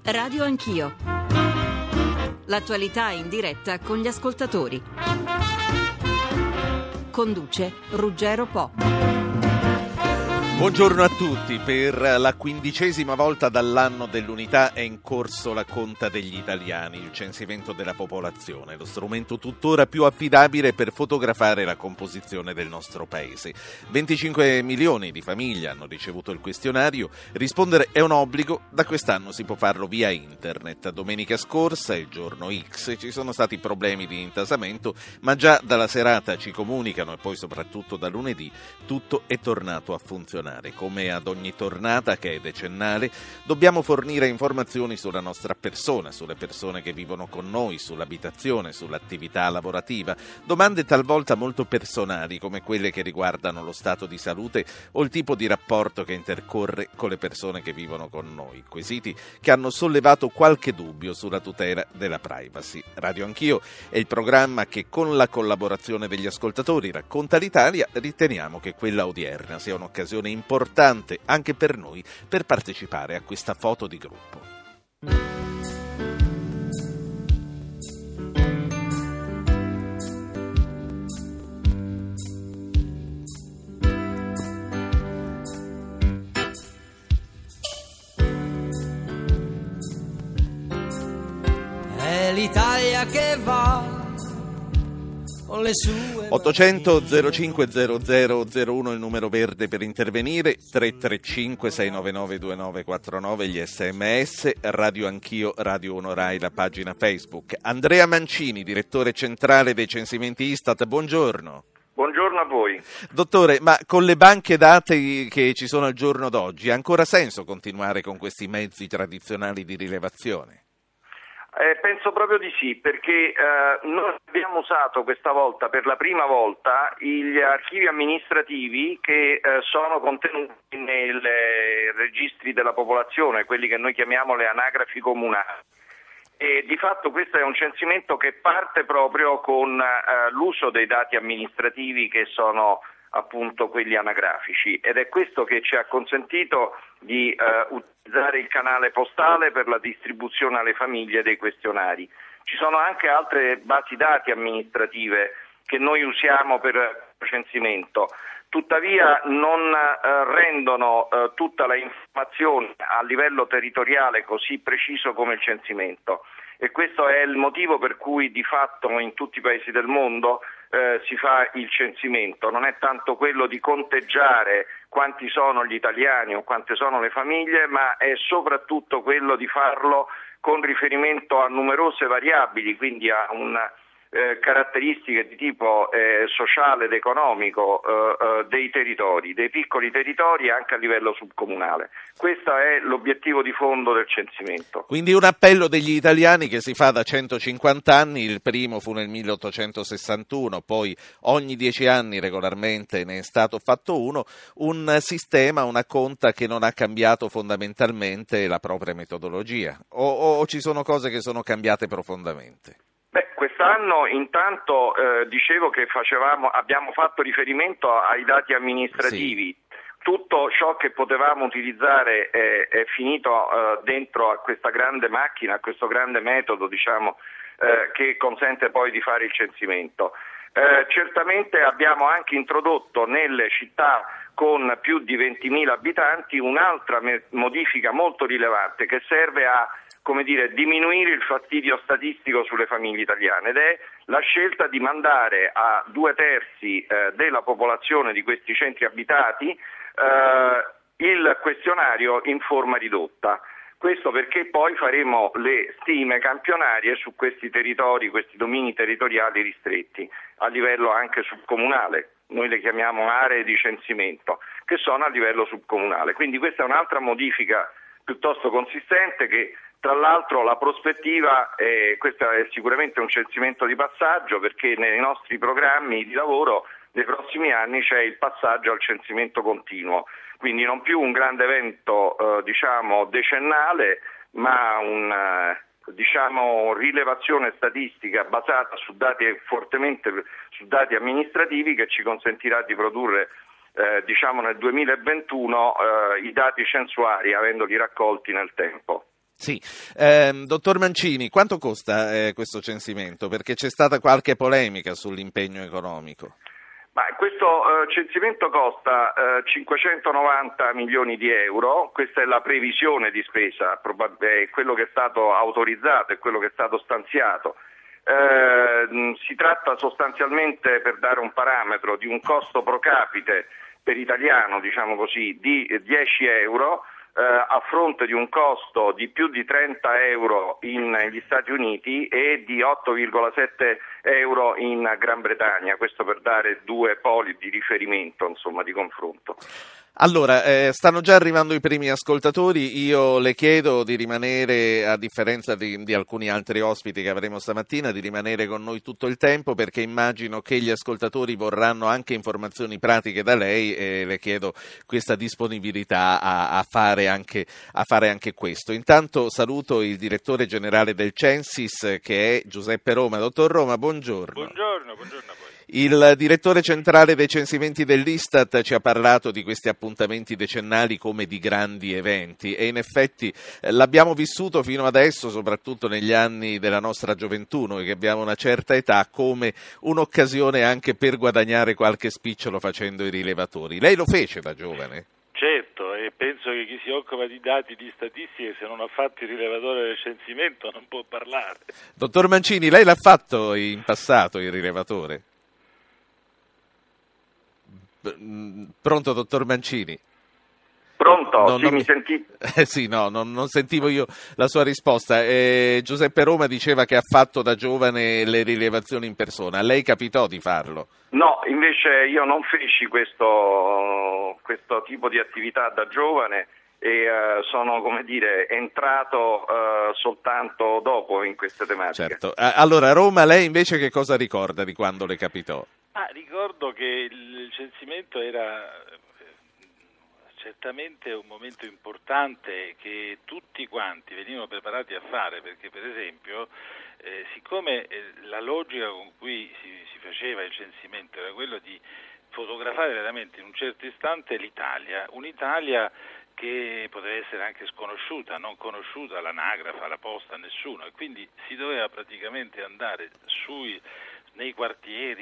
Radio Anch'io. L'attualità in diretta con gli ascoltatori. Conduce Ruggero Po. Buongiorno a tutti. Per la 15ª volta dall'anno dell'unità è in corso la conta degli italiani, il censimento della popolazione, lo strumento tuttora più affidabile per fotografare la composizione del nostro paese. 25 milioni di famiglie hanno ricevuto il questionario. Rispondere è un obbligo, da quest'anno si può farlo via internet. Domenica scorsa, il giorno X, ci sono stati problemi di intasamento, ma già dalla serata ci comunicano, e poi soprattutto da lunedì, tutto è tornato a funzionare. Come ad ogni tornata, che è decennale, dobbiamo fornire informazioni sulla nostra persona, sulle persone che vivono con noi, sull'abitazione, sull'attività lavorativa, domande talvolta molto personali come quelle che riguardano lo stato di salute o il tipo di rapporto che intercorre con le persone che vivono con noi, quesiti che hanno sollevato qualche dubbio sulla tutela della privacy. Radio Anch'io è il programma che, con la collaborazione degli ascoltatori, racconta l'Italia. Riteniamo che quella odierna sia un'occasione importante anche per noi per partecipare a questa foto di gruppo. È l'Italia che va 800 05 00 il numero verde per intervenire, 335 699 2949 gli sms, Radio Anch'io, Radio 1 Rai, la pagina Facebook. Andrea Mancini, direttore centrale dei censimenti Istat, buongiorno. Buongiorno a voi. Dottore, ma con le banche dati che ci sono al giorno d'oggi, ha ancora senso continuare con questi mezzi tradizionali di rilevazione? Penso proprio di sì, perché noi abbiamo usato questa volta, per la prima volta, gli archivi amministrativi che sono contenuti nei registri della popolazione, quelli che noi chiamiamo le anagrafi comunali. E di fatto questo è un censimento che parte proprio con l'uso dei dati amministrativi che sono appunto quelli anagrafici, ed è questo che ci ha consentito di utilizzare il canale postale per la distribuzione alle famiglie dei questionari. Ci sono anche altre basi dati amministrative che noi usiamo per il censimento, tuttavia non rendono tutta la informazione a livello territoriale così preciso come il censimento, e questo è il motivo per cui di fatto in tutti i paesi del mondo si fa il censimento. Non è tanto quello di conteggiare quanti sono gli italiani o quante sono le famiglie, ma è soprattutto quello di farlo con riferimento a numerose variabili, quindi a caratteristiche di tipo sociale ed economico dei territori, dei piccoli territori anche a livello subcomunale. Questo è l'obiettivo di fondo del censimento. Quindi un appello degli italiani che si fa da 150 anni, il primo fu nel 1861, poi ogni 10 anni regolarmente ne è stato fatto uno, un sistema, una conta che non ha cambiato fondamentalmente la propria metodologia, o ci sono cose che sono cambiate profondamente? Quest'anno intanto dicevo che abbiamo fatto riferimento ai dati amministrativi. Sì. Tutto ciò che potevamo utilizzare è finito dentro a questa grande macchina, a questo grande metodo, che consente poi di fare il censimento. Certamente abbiamo anche introdotto nelle città con più di 20.000 abitanti un'altra modifica molto rilevante che serve a diminuire il fastidio statistico sulle famiglie italiane, ed è la scelta di mandare a 2/3 della popolazione di questi centri abitati il questionario in forma ridotta. Questo perché poi faremo le stime campionarie su questi territori, questi domini territoriali ristretti, a livello anche subcomunale. Noi le chiamiamo aree di censimento, che sono a livello subcomunale. Quindi questa è un'altra modifica piuttosto consistente che, tra l'altro, la prospettiva, questo è sicuramente un censimento di passaggio, perché nei nostri programmi di lavoro nei prossimi anni c'è il passaggio al censimento continuo, quindi non più un grande evento decennale, ma rilevazione statistica basata su dati fortemente su dati amministrativi, che ci consentirà di produrre nel 2021 i dati censuari, avendoli raccolti nel tempo. Sì, dottor Mancini, quanto costa questo censimento? Perché c'è stata qualche polemica sull'impegno economico. Ma questo censimento costa 590 milioni di euro, questa è la previsione di spesa, è quello che è stato autorizzato, è quello che è stato stanziato. Si tratta sostanzialmente, per dare un parametro, di un costo pro capite per italiano, diciamo così, di 10 euro, a fronte di un costo di più di 30 euro negli Stati Uniti e di 8,7 euro in Gran Bretagna, questo per dare due poli di riferimento, insomma, di confronto. Allora, stanno già arrivando i primi ascoltatori, io le chiedo di rimanere, a differenza di alcuni altri ospiti che avremo stamattina, di rimanere con noi tutto il tempo, perché immagino che gli ascoltatori vorranno anche informazioni pratiche da lei e le chiedo questa disponibilità a fare anche questo. Intanto saluto il direttore generale del Censis, che è Giuseppe Roma. Dottor Roma, buongiorno. Buongiorno a voi. Il direttore centrale dei censimenti dell'Istat ci ha parlato di questi appuntamenti decennali come di grandi eventi e in effetti l'abbiamo vissuto fino adesso, soprattutto negli anni della nostra gioventù, noi che abbiamo una certa età, come un'occasione anche per guadagnare qualche spicciolo facendo i rilevatori. Lei lo fece da giovane? Certo, e penso che chi si occupa di dati, di statistiche, se non ha fatto il rilevatore del censimento non può parlare. Dottor Mancini, lei l'ha fatto in passato il rilevatore? Pronto, dottor Mancini? Pronto? Mi sentite? Sì, non sentivo io la sua risposta. Giuseppe Roma diceva che ha fatto da giovane le rilevazioni in persona. A lei capitò di farlo? No, invece io non feci questo tipo di attività da giovane e sono, entrato soltanto dopo in queste tematiche. Certo. Allora, Roma, lei invece che cosa ricorda di quando le capitò? Ricordo che il censimento era certamente un momento importante che tutti quanti venivano preparati a fare, perché per esempio siccome la logica con cui si faceva il censimento era quello di fotografare veramente in un certo istante un'Italia che poteva essere anche sconosciuta, non conosciuta all'anagrafe, alla posta, a nessuno, e quindi si doveva praticamente andare nei quartieri,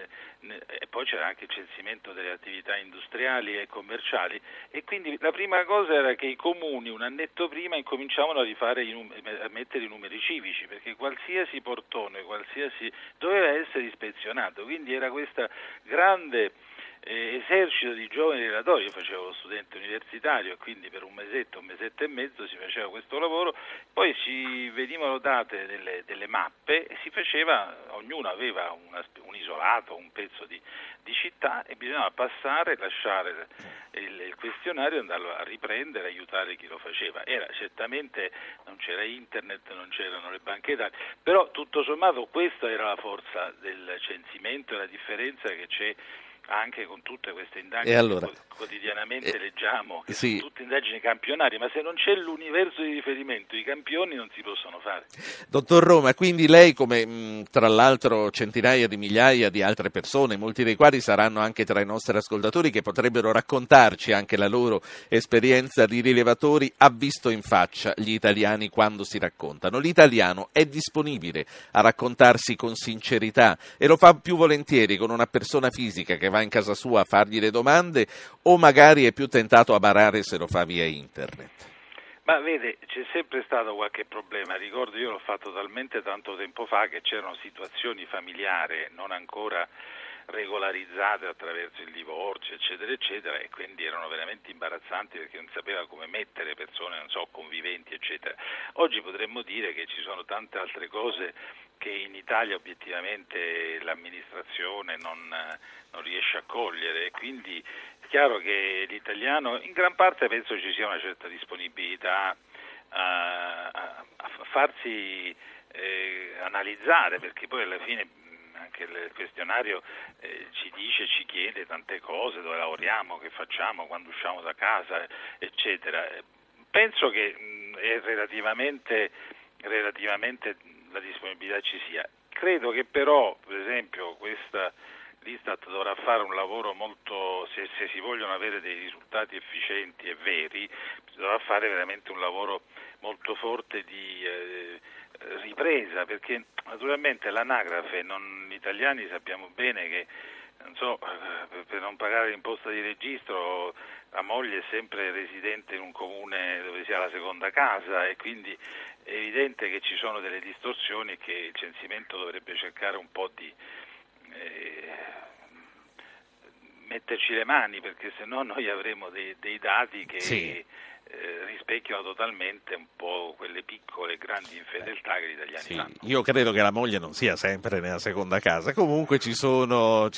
e poi c'era anche il censimento delle attività industriali e commerciali, e quindi la prima cosa era che i comuni un annetto prima incominciavano a mettere i numeri civici, perché qualsiasi portone, doveva essere ispezionato, quindi era questa grande esercito di giovani relatori. Io facevo lo studente universitario e quindi per un mesetto e mezzo si faceva questo lavoro, poi ci venivano date delle mappe e si faceva, ognuno aveva un isolato, un pezzo di città e bisognava passare, lasciare il questionario e andarlo a riprendere, aiutare chi lo faceva. Certamente non c'era internet, non c'erano le banche dati, però tutto sommato questa era la forza del censimento e la differenza che c'è anche con tutte queste indagini che quotidianamente leggiamo, che sono tutte indagini campionarie, ma se non c'è l'universo di riferimento, i campioni non si possono fare. Dottor Roma, quindi lei, come tra l'altro centinaia di migliaia di altre persone, molti dei quali saranno anche tra i nostri ascoltatori, che potrebbero raccontarci anche la loro esperienza di rilevatori, ha visto in faccia gli italiani quando si raccontano. L'italiano è disponibile a raccontarsi con sincerità e lo fa più volentieri con una persona fisica che va in casa sua a fargli le domande, o magari è più tentato a barare se lo fa via internet? Ma vede, c'è sempre stato qualche problema. Ricordo, io l'ho fatto talmente tanto tempo fa che c'erano situazioni familiari non ancora regolarizzate attraverso il divorzio, eccetera, eccetera, e quindi erano veramente imbarazzanti perché non sapeva come mettere persone, conviventi, eccetera. Oggi potremmo dire che ci sono tante altre cose che in Italia obiettivamente l'amministrazione non riesce a cogliere, e quindi è chiaro che l'italiano, in gran parte penso ci sia una certa disponibilità a farsi analizzare, perché poi alla fine anche il questionario ci chiede tante cose: dove lavoriamo, che facciamo, quando usciamo da casa, eccetera. Penso che relativamente la disponibilità ci sia. Credo che però, per esempio, l'Istat dovrà fare un lavoro molto, se si vogliono avere dei risultati efficienti e veri, dovrà fare veramente un lavoro molto forte di ripresa, perché naturalmente l'anagrafe, gli italiani sappiamo bene che non so, per non pagare l'imposta di registro la moglie è sempre residente in un comune dove sia la seconda casa, e quindi è evidente che ci sono delle distorsioni e che il censimento dovrebbe cercare un po' di metterci le mani, perché se no noi avremo dei dati che Sì. Rispecchiano totalmente un po' quelle piccole e grandi infedeltà che gli italiani Sì, fanno. io credo che la moglie non sia sempre nella seconda casa, comunque ci sono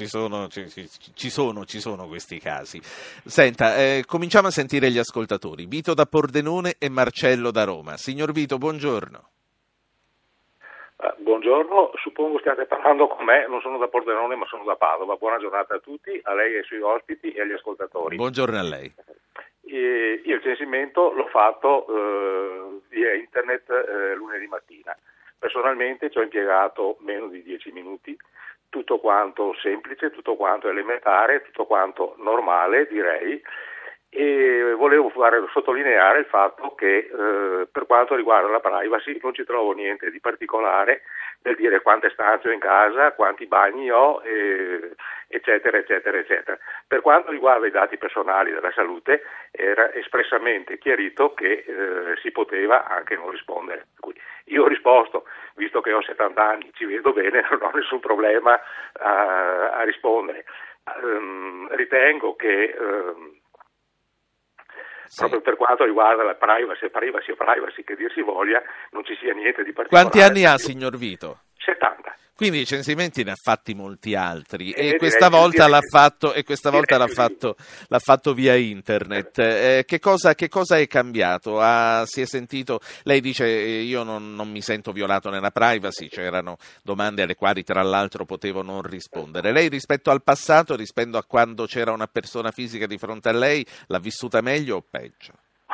questi casi. Senta, cominciamo a sentire gli ascoltatori. Vito da Pordenone e Marcello da Roma. Signor Vito, buongiorno. Buongiorno, suppongo stiate parlando con me, non sono da Pordenone ma sono da Padova. Buona giornata a tutti, a lei e ai suoi ospiti e agli ascoltatori. Buongiorno a lei. Io il censimento l'ho fatto via internet lunedì mattina. Personalmente ci ho impiegato meno di 10 minuti, tutto quanto semplice, tutto quanto elementare, tutto quanto normale, direi. E volevo sottolineare il fatto che per quanto riguarda la privacy non ci trovo niente di particolare per dire quante stanze ho in casa, quanti bagni ho, eccetera, eccetera, eccetera. Per quanto riguarda i dati personali della salute era espressamente chiarito che si poteva anche non rispondere. Io ho risposto, visto che ho 70 anni, ci vedo bene, non ho nessun problema a rispondere. Ritengo che proprio per quanto riguarda la privacy, che dir si voglia, non ci sia niente di particolare. Quanti anni ha, signor Vito? 70. Quindi i censimenti ne ha fatti molti altri e direi questa volta l'ha più fatto via internet. Che cosa è cambiato? Si è sentito, lei dice io non mi sento violato nella privacy, c'erano domande alle quali tra l'altro potevo non rispondere. Lei rispetto al passato, rispetto a quando c'era una persona fisica di fronte a lei, l'ha vissuta meglio o peggio?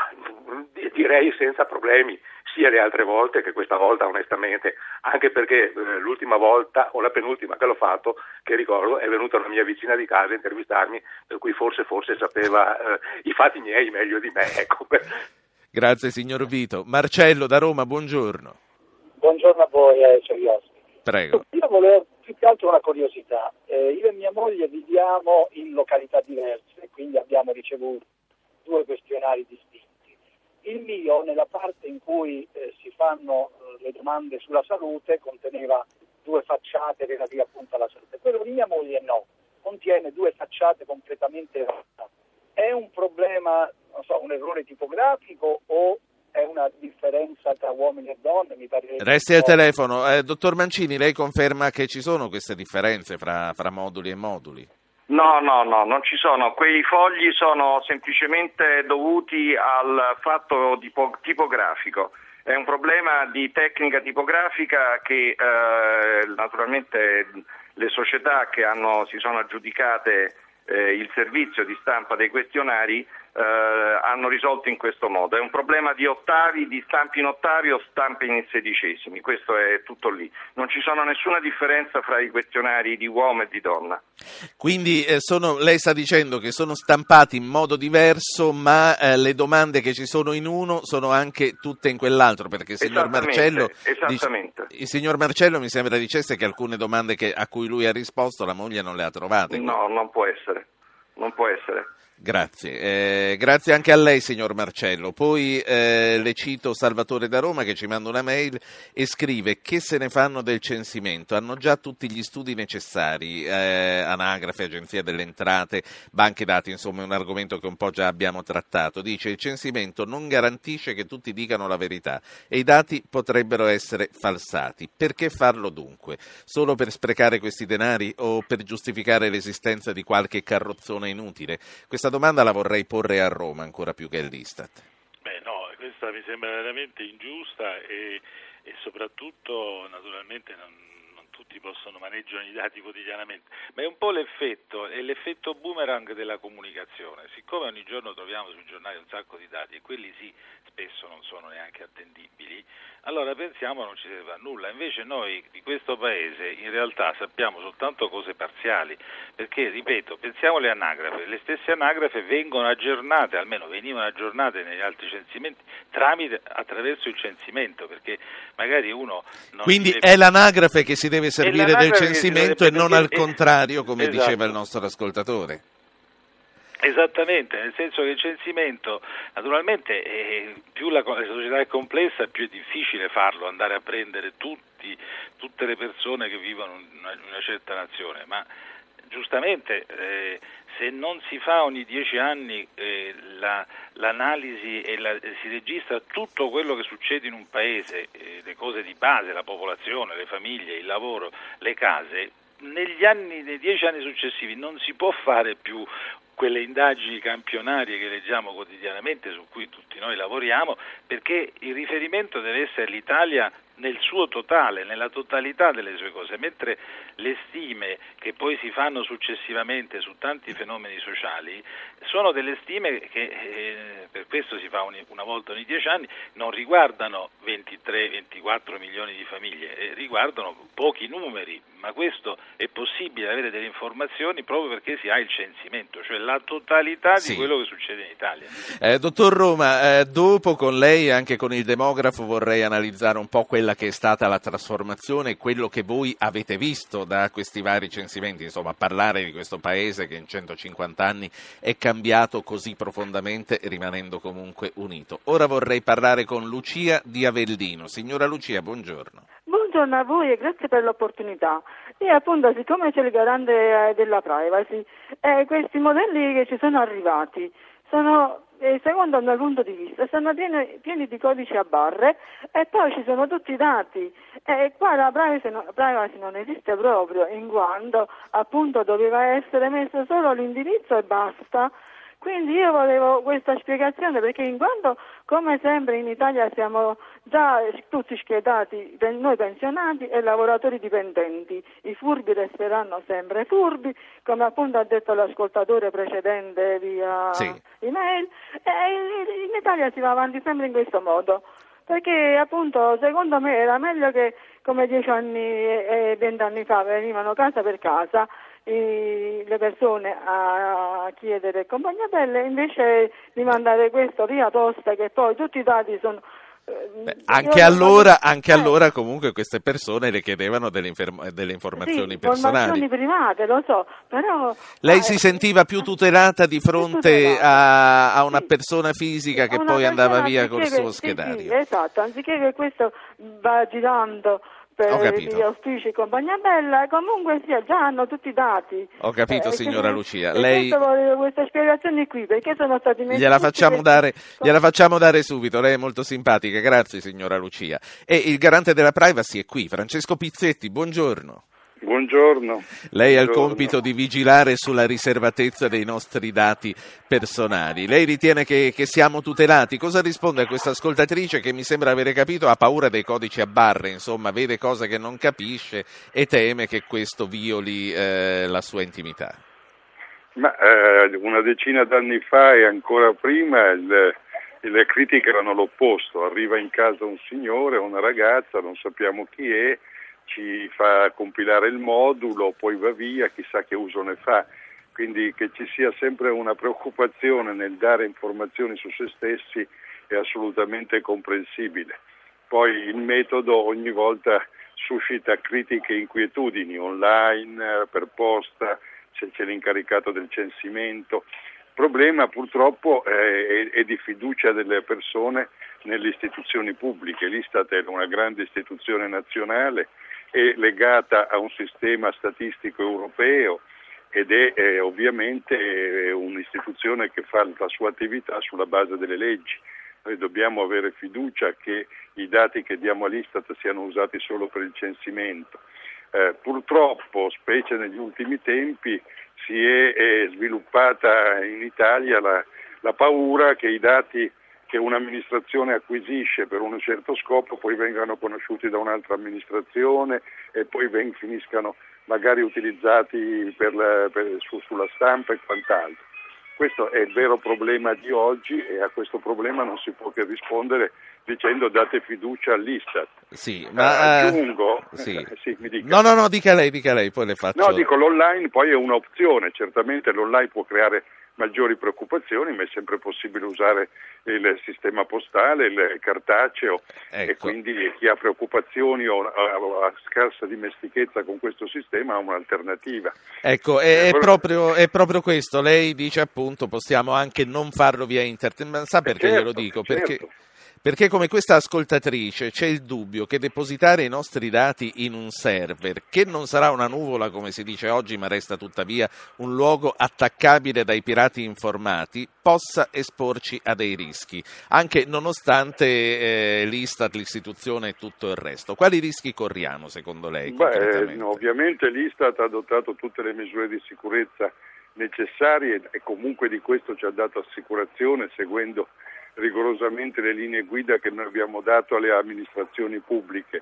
Direi senza problemi, sia le altre volte che questa volta onestamente, anche perché l'ultima volta o la penultima che l'ho fatto, che ricordo, è venuta una mia vicina di casa a intervistarmi, per cui forse sapeva i fatti miei meglio di me. Ecco. Grazie signor Vito. Marcello da Roma, buongiorno. Buongiorno a voi e ai suoi ospiti. Prego. Io volevo più che altro una curiosità. Io e mia moglie viviamo in località diverse, quindi abbiamo ricevuto 2 questionari distinti. Il mio, nella parte in cui si fanno le domande sulla salute, conteneva 2 facciate relative appunto alla salute. Quello di mia moglie no, contiene 2 facciate completamente errate. È un problema, non so, un errore tipografico o è una differenza tra uomini e donne? Mi pare. Resti al telefono. Dottor Mancini, lei conferma che ci sono queste differenze fra moduli e moduli? No, non ci sono. Quei fogli sono semplicemente dovuti al fatto tipografico. È un problema di tecnica tipografica che naturalmente le società che si sono aggiudicate il servizio di stampa dei questionari hanno risolto in questo modo. È un problema di ottavi, di stampi in ottavi o stampi in sedicesimi, questo è tutto lì. Non ci sono nessuna differenza fra i questionari di uomo e di donna. Quindi lei sta dicendo che sono stampati in modo diverso, ma le domande che ci sono in uno sono anche tutte in quell'altro, perché il signor Marcello il signor Marcello mi sembra dicesse che alcune domande a cui lui ha risposto la moglie non le ha trovate. No, non può essere. Grazie, grazie anche a lei signor Marcello. Poi le cito Salvatore da Roma che ci manda una mail e scrive: che se ne fanno del censimento? Hanno già tutti gli studi necessari, anagrafe, agenzia delle entrate, banche dati, insomma è un argomento che un po' già abbiamo trattato. Dice: il censimento non garantisce che tutti dicano la verità e i dati potrebbero essere falsati. Perché farlo dunque? Solo per sprecare questi denari o per giustificare l'esistenza di qualche carrozzone inutile? Questa domanda la vorrei porre a Roma ancora più che all'Istat. No, questa mi sembra veramente ingiusta e soprattutto naturalmente non tutti possono maneggiano i dati quotidianamente, ma è un po' l'effetto boomerang della comunicazione. Siccome ogni giorno troviamo sui giornali un sacco di dati e quelli sì spesso non sono neanche attendibili, allora pensiamo non ci serve a nulla. Invece noi di questo paese in realtà sappiamo soltanto cose parziali, perché ripeto, pensiamo alle anagrafe, le stesse anagrafe vengono aggiornate, almeno venivano aggiornate negli altri censimenti attraverso il censimento, perché magari uno non quindi è l'anagrafe che si deve servire del censimento e non al contrario, come esatto. diceva il nostro ascoltatore. Esattamente, nel senso che il censimento, naturalmente, più la società è complessa, più è difficile farlo, andare a prendere tutte le persone che vivono in una certa nazione, ma giustamente se non si fa ogni 10 anni l'analisi e si registra tutto quello che succede in un paese, le cose di base, la popolazione, le famiglie, il lavoro, le case, nei 10 anni successivi non si può fare più quelle indagini campionarie che leggiamo quotidianamente, su cui tutti noi lavoriamo, perché il riferimento deve essere l'Italia nel suo totale, nella totalità delle sue cose, mentre le stime che poi si fanno successivamente su tanti fenomeni sociali sono delle stime che per questo si fa una volta ogni 10 anni, non riguardano 23-24 milioni di famiglie, riguardano pochi numeri, ma questo è possibile avere delle informazioni proprio perché si ha il censimento, cioè la totalità di quello che succede in Italia. Dottor Roma, dopo con lei e anche con il demografo vorrei analizzare un po' quella che è stata la trasformazione, quello che voi avete visto da questi vari censimenti, insomma parlare di questo paese che in 150 anni è cambiato così profondamente rimanendo comunque unito. Ora vorrei parlare con Lucia di Avellino. Signora Lucia, buongiorno. Buongiorno a voi e grazie per l'opportunità. E appunto, siccome c'è il garante della privacy, questi modelli che ci sono arrivati sono, secondo il mio punto di vista, sono pieni di codici a barre e poi ci sono tutti i dati. E qua la privacy non esiste proprio, in quanto appunto doveva essere messo solo l'indirizzo e basta. Quindi io volevo questa spiegazione, perché in quanto, come sempre in Italia siamo già tutti schierati, noi pensionati e lavoratori dipendenti, i furbi resteranno sempre furbi, come appunto ha detto l'ascoltatore precedente via email, e in Italia si va avanti sempre in questo modo, perché appunto secondo me era meglio che come 10 anni e 20 anni fa venivano casa per casa le persone a chiedere compagnia belle, invece di mandare questo via posta, che poi tutti i dati sono anche allora comunque queste persone le chiedevano delle informazioni personali. Informazioni private, lo so, però lei si sentiva più tutelata di fronte a una persona fisica che poi andava via col suo schedario. Sì, esatto, anziché che questo va girando per gli uffici compagnia bella, comunque sia, già hanno tutti i dati. Ho capito, signora Lucia. Lei volevo queste spiegazioni qui, perché sono stati messi. Gliela facciamo dare subito, lei è molto simpatica, grazie signora Lucia. E il garante della privacy è qui, Francesco Pizzetti, buongiorno. Buongiorno. Lei ha il compito di vigilare sulla riservatezza dei nostri dati personali. Lei ritiene che siamo tutelati? Cosa risponde a questa ascoltatrice che mi sembra avere capito ha paura dei codici a barre, insomma vede cose che non capisce e teme che questo violi la sua intimità? Ma una decina d'anni fa e ancora prima le critiche erano l'opposto. Arriva in casa un signore, una ragazza, non sappiamo chi è, ci fa compilare il modulo, poi va via, chissà che uso ne fa. Quindi che ci sia sempre una preoccupazione nel dare informazioni su se stessi è assolutamente comprensibile. Poi il metodo ogni volta suscita critiche e inquietudini online, per posta, se c'è l'incaricato del censimento. Il problema purtroppo è di fiducia delle persone nelle istituzioni pubbliche. L'Istat è una grande istituzione nazionale, è legata a un sistema statistico europeo ed è ovviamente un'istituzione che fa la sua attività sulla base delle leggi. Noi dobbiamo avere fiducia che i dati che diamo all'Istat siano usati solo per il censimento. Purtroppo, specie negli ultimi tempi, si è sviluppata in Italia la paura che i dati che un'amministrazione acquisisce per un certo scopo, poi vengano conosciuti da un'altra amministrazione e poi finiscano magari utilizzati sulla stampa e quant'altro. Questo è il vero problema di oggi e a questo problema non si può che rispondere dicendo date fiducia all'Istat. Sì, ma aggiungo, sì. Sì, mi dica. No, dica lei, poi le faccio. No, dico l'online poi è un'opzione, certamente l'online può creare maggiori preoccupazioni, ma è sempre possibile usare il sistema postale, il cartaceo, ecco. E quindi chi ha preoccupazioni o ha scarsa dimestichezza con questo sistema ha un'alternativa. Ecco, è proprio questo, lei dice appunto possiamo anche non farlo via internet, ma sa perché certo, glielo dico? certo. Perché come questa ascoltatrice c'è il dubbio che depositare i nostri dati in un server, che non sarà una nuvola come si dice oggi, ma resta tuttavia un luogo attaccabile dai pirati informati, possa esporci a dei rischi, anche nonostante l'Istat, l'istituzione e tutto il resto. Quali rischi corriamo secondo lei? Ovviamente l'Istat ha adottato tutte le misure di sicurezza necessarie e comunque di questo ci ha dato assicurazione seguendo rigorosamente le linee guida che noi abbiamo dato alle amministrazioni pubbliche.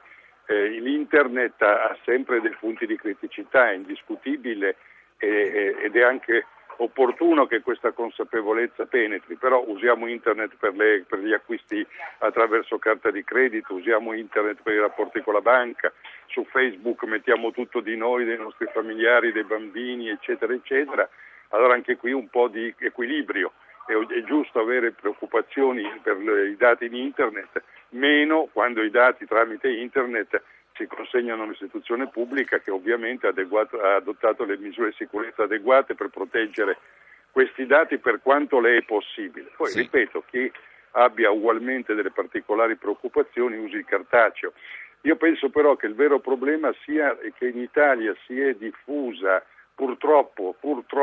L'internet ha sempre dei punti di criticità, è indiscutibile ed è anche opportuno che questa consapevolezza penetri, però usiamo internet per gli acquisti attraverso carta di credito, usiamo internet per i rapporti con la banca, su Facebook mettiamo tutto di noi, dei nostri familiari, dei bambini, eccetera, eccetera. Allora anche qui un po' di equilibrio. È giusto avere preoccupazioni per i dati in internet, meno quando i dati tramite internet si consegnano a un'istituzione pubblica che ovviamente ha adottato le misure di sicurezza adeguate per proteggere questi dati per quanto le è possibile. Poi sì. Ripeto, chi abbia ugualmente delle particolari preoccupazioni usi il cartaceo. Io penso però che il vero problema sia che in Italia si è diffusa purtroppo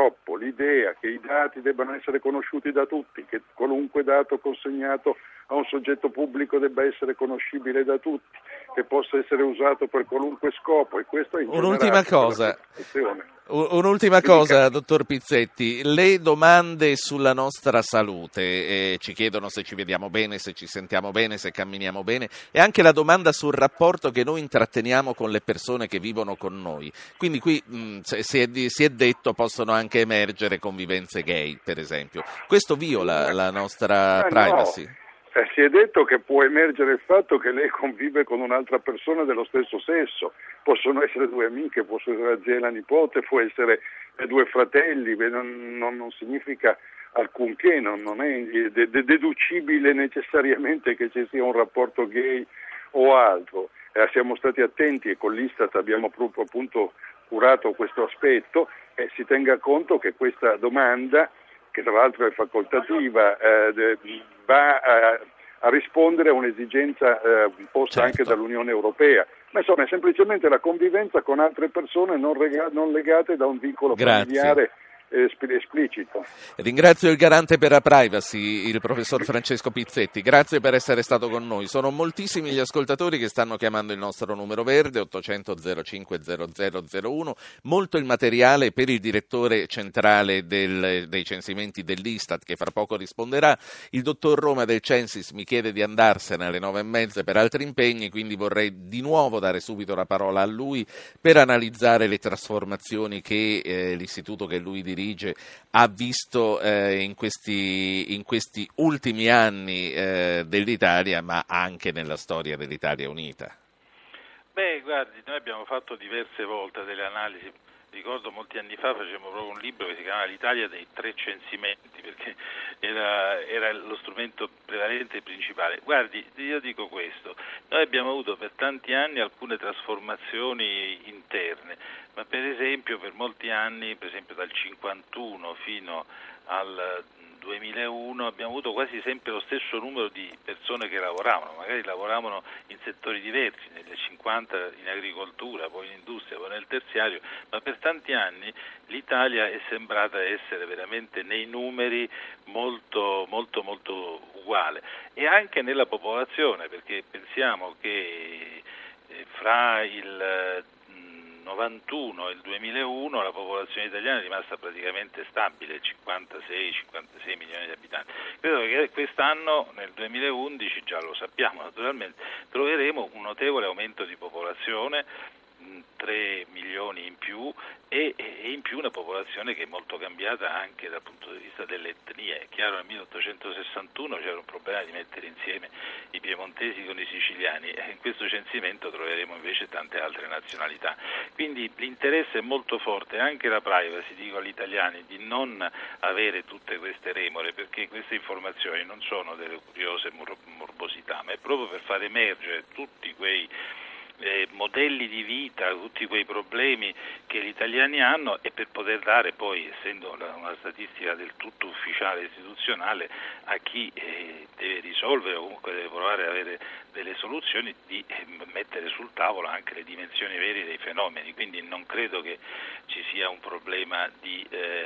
l'idea che i dati debbano essere conosciuti da tutti, che qualunque dato consegnato a un soggetto pubblico debba essere conoscibile da tutti, che possa essere usato per qualunque scopo, e questo è Un'ultima cosa, dottor Pizzetti, le domande sulla nostra salute, ci chiedono se ci vediamo bene, se ci sentiamo bene, se camminiamo bene, e anche la domanda sul rapporto che noi intratteniamo con le persone che vivono con noi. Quindi qui si è detto possono anche emergere convivenze gay, per esempio. Questo viola la nostra privacy? No. Si è detto che può emergere il fatto che lei convive con un'altra persona dello stesso sesso, possono essere due amiche, può essere la zia e la nipote, può essere due fratelli, non significa alcunché, non è deducibile necessariamente che ci sia un rapporto gay o altro. Siamo stati attenti e con l'Istat abbiamo proprio appunto curato questo aspetto e si tenga conto che questa domanda, che tra l'altro è facoltativa, va a rispondere a un'esigenza posta anche dall'Unione Europea. Ma insomma è semplicemente la convivenza con altre persone non legate da un vincolo familiare esplicito. Ringrazio il garante per la privacy, il professor Francesco Pizzetti, grazie per essere stato con noi. Sono moltissimi gli ascoltatori che stanno chiamando il nostro numero verde 800 05 0001, molto il materiale per il direttore centrale dei censimenti dell'Istat che fra poco risponderà. Il dottor Roma del Censis mi chiede di andarsene alle 9:30 per altri impegni, quindi vorrei di nuovo dare subito la parola a lui per analizzare le trasformazioni che l'istituto che lui dirige ha visto in questi ultimi anni dell'Italia, ma anche nella storia dell'Italia unita. Beh, guardi, noi abbiamo fatto diverse volte delle analisi. Ricordo molti anni fa facevamo proprio un libro che si chiamava L'Italia dei tre censimenti, perché era lo strumento prevalente e principale. Guardi, io dico questo, noi abbiamo avuto per tanti anni alcune trasformazioni interne, ma per esempio per molti anni, per esempio dal 51 fino al 2001 abbiamo avuto quasi sempre lo stesso numero di persone che lavoravano, magari lavoravano in settori diversi, nel 50 in agricoltura, poi in industria, poi nel terziario, ma per tanti anni l'Italia è sembrata essere veramente nei numeri molto uguale, e anche nella popolazione, perché pensiamo che fra il 91 e il 2001 la popolazione italiana è rimasta praticamente stabile, 56 milioni di abitanti. Credo che quest'anno, nel 2011, già lo sappiamo naturalmente, troveremo un notevole aumento di popolazione, 3 milioni in più e in più una popolazione che è molto cambiata anche dal punto di vista delle etnie. È chiaro, nel 1861 c'era un problema di mettere insieme i piemontesi con i siciliani e in questo censimento troveremo invece tante altre nazionalità. Quindi l'interesse è molto forte, anche la privacy, dico agli italiani, di non avere tutte queste remore, perché queste informazioni non sono delle curiose morbosità, ma è proprio per far emergere tutti quei modelli di vita, tutti quei problemi che gli italiani hanno e per poter dare poi, essendo una statistica del tutto ufficiale e istituzionale, a chi deve risolvere o comunque deve provare ad avere delle soluzioni, di mettere sul tavolo anche le dimensioni vere dei fenomeni. Quindi non credo che ci sia un problema di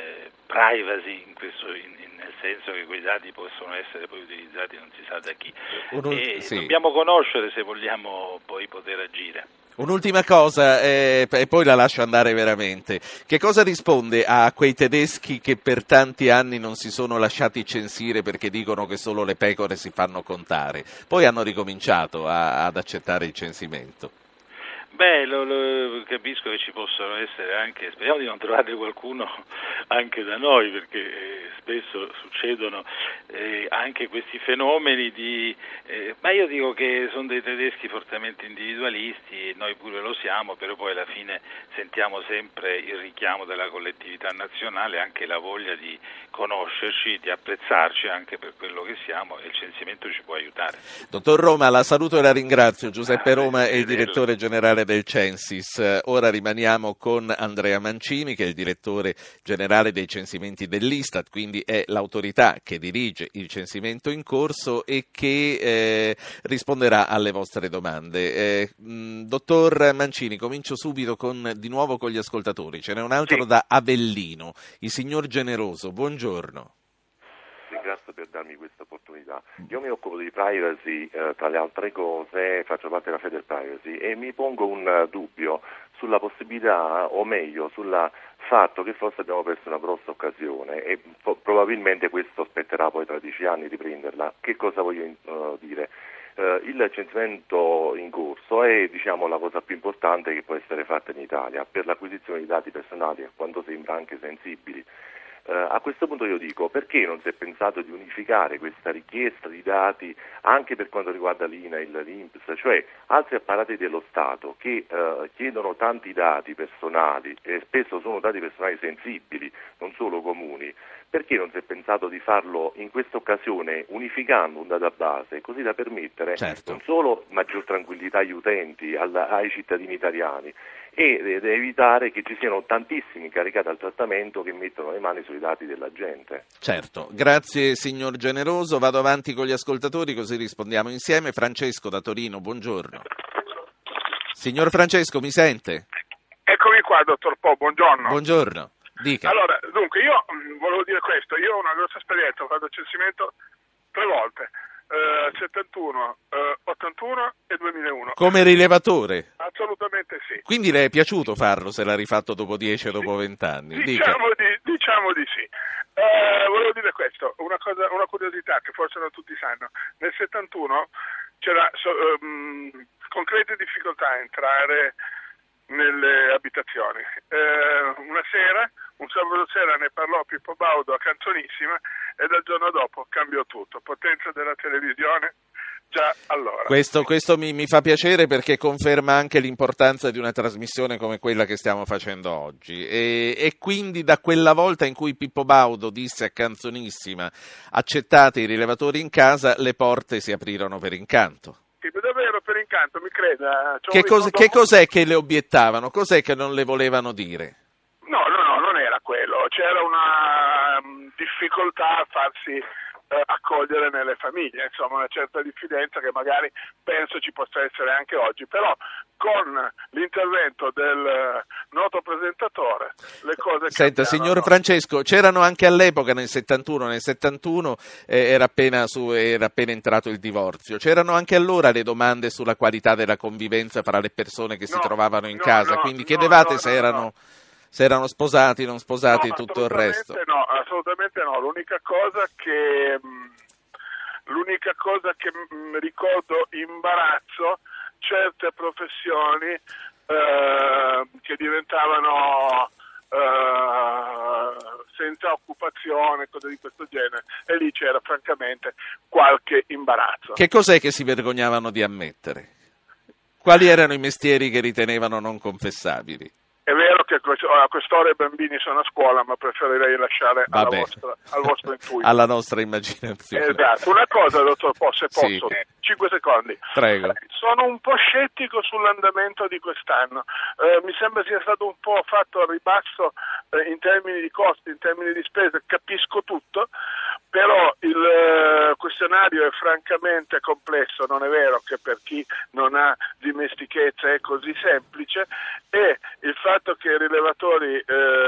privacy in questo, nel senso che quei dati possono essere poi utilizzati non si sa da chi. Sì. Dobbiamo conoscere se vogliamo poi poter agire. Un'ultima cosa, e poi la lascio andare veramente. Che cosa risponde a quei tedeschi che per tanti anni non si sono lasciati censire perché dicono che solo le pecore si fanno contare? Poi hanno ricominciato ad accettare il censimento. Beh, lo capisco che ci possono essere anche, speriamo di non trovarne qualcuno anche da noi, perché spesso succedono anche questi fenomeni ma io dico che sono dei tedeschi fortemente individualisti, noi pure lo siamo, però poi alla fine sentiamo sempre il richiamo della collettività nazionale, anche la voglia di conoscerci, di apprezzarci anche per quello che siamo, e il censimento ci può aiutare. Dottor Roma, la saluto e la ringrazio. Giuseppe Roma è il direttore generale del Censis. Ora rimaniamo con Andrea Mancini, che è il direttore generale dei censimenti dell'Istat, quindi è l'autorità che dirige il censimento in corso e che risponderà alle vostre domande. Dottor Mancini, comincio subito di nuovo con gli ascoltatori. Ce n'è un altro da Avellino, il signor Generoso. Buongiorno. Grazie per darmi questa opportunità. Io mi occupo di privacy, tra le altre cose, faccio parte della Feder Privacy e mi pongo un dubbio sulla possibilità, o meglio, sul fatto che forse abbiamo perso una grossa occasione e probabilmente questo aspetterà poi tra 10 anni di prenderla. Che cosa voglio dire? Il censimento in corso è, diciamo, la cosa più importante che può essere fatta in Italia per l'acquisizione di dati personali, a quanto sembra anche sensibili. A questo punto io dico, perché non si è pensato di unificare questa richiesta di dati anche per quanto riguarda l'INAIL, l'INPS, cioè altri apparati dello Stato che chiedono tanti dati personali e spesso sono dati personali sensibili, non solo comuni. Perché non si è pensato di farlo in questa occasione unificando un database così da permettere non solo maggior tranquillità agli utenti, ai cittadini italiani, ed evitare che ci siano tantissimi incaricati al trattamento che mettono le mani sui dati della gente. Certo, grazie signor Generoso, vado avanti con gli ascoltatori così rispondiamo insieme. Francesco da Torino, buongiorno. Signor Francesco, mi sente? Eccomi qua, dottor Po, buongiorno. Buongiorno, dica. Allora, dunque, io volevo dire questo, io ho una grossa esperienza, ho fatto il censimento 3 volte. 71, 81 e 2001. Come rilevatore? Assolutamente sì. Quindi le è piaciuto farlo se l'ha rifatto dopo 10 o dopo 20 anni? Diciamo di sì. Volevo dire questo, una curiosità che forse non tutti sanno. Nel 71 c'era concrete difficoltà a entrare nelle abitazioni. Una sera, un sabato sera, ne parlò Pippo Baudo a Canzonissima e dal giorno dopo cambiò tutto. Potenza della televisione già allora. Questo mi fa piacere perché conferma anche l'importanza di una trasmissione come quella che stiamo facendo oggi e quindi da quella volta in cui Pippo Baudo disse a Canzonissima accettate i rilevatori in casa, le porte si aprirono per incanto. Davvero, per incanto, mi creda. Che cos'è che le obiettavano? Cos'è che non le volevano dire? No, non era quello. C'era una difficoltà a farsi accogliere nelle famiglie, insomma una certa diffidenza che magari penso ci possa essere anche oggi, però con l'intervento del noto presentatore le cose Senta, cambiano. signor Francesco, c'erano anche all'epoca nel 71 era appena entrato il divorzio, c'erano anche allora le domande sulla qualità della convivenza fra le persone che si trovavano in casa, quindi chiedevate se erano sposati, non sposati, tutto il resto. No, assolutamente no, l'unica cosa che ricordo imbarazzo certe professioni che diventavano senza occupazione, cose di questo genere, e lì c'era francamente qualche imbarazzo. Che cos'è che si vergognavano di ammettere? Quali erano i mestieri che ritenevano non confessabili? È vero che a quest'ora i bambini sono a scuola, ma preferirei lasciare al vostro intuito. Alla nostra immaginazione. Esatto. Una cosa, dottor se posso, Sì. 5 secondi. Prego. Sono un po' scettico sull'andamento di quest'anno. Mi sembra sia stato un po' fatto al ribasso in termini di costi, in termini di spese. Capisco tutto, però il questionario è francamente complesso. Non è vero che per chi non ha dimestichezza è così semplice, e il fatto che i rilevatori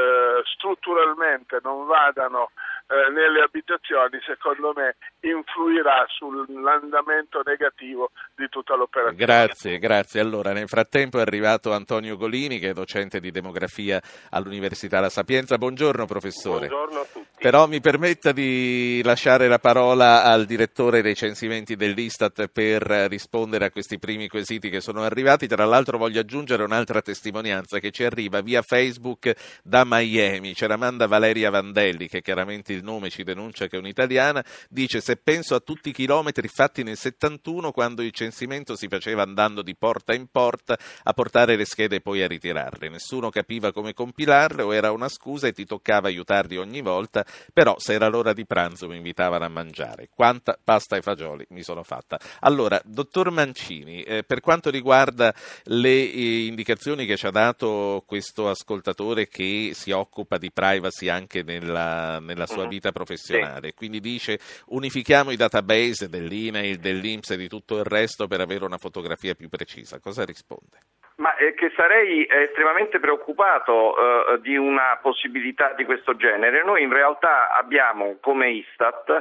strutturalmente non vadano nelle abitazioni, secondo me influirà sull'andamento negativo di tutta l'operazione. Grazie. Allora, nel frattempo è arrivato Antonio Golini, che è docente di demografia all'Università La Sapienza. Buongiorno professore. Buongiorno a tutti. Però mi permetta di lasciare la parola al direttore dei censimenti dell'Istat per rispondere a questi primi quesiti che sono arrivati. Tra l'altro voglio aggiungere un'altra testimonianza che ci arriva via Facebook da Miami. Ce la manda Valeria Vandelli, che chiaramente il nome ci denuncia che è un'italiana. Dice: se penso a tutti i chilometri fatti nel 71, quando il censimento si faceva andando di porta in porta a portare le schede e poi a ritirarle. Nessuno capiva come compilarle, o era una scusa e ti toccava aiutarli ogni volta, però se era l'ora di pranzo mi invitavano a mangiare. Quanta pasta e fagioli mi sono fatta. Allora, dottor Mancini, per quanto riguarda le indicazioni che ci ha dato questo ascoltatore che si occupa di privacy anche nella sua vita professionale, quindi dice: unifichiamo i database dell'INAIL, dell'INPS e di tutto il resto per avere una fotografia più precisa. Cosa risponde? Ma che sarei estremamente preoccupato di una possibilità di questo genere. Noi in realtà abbiamo come Istat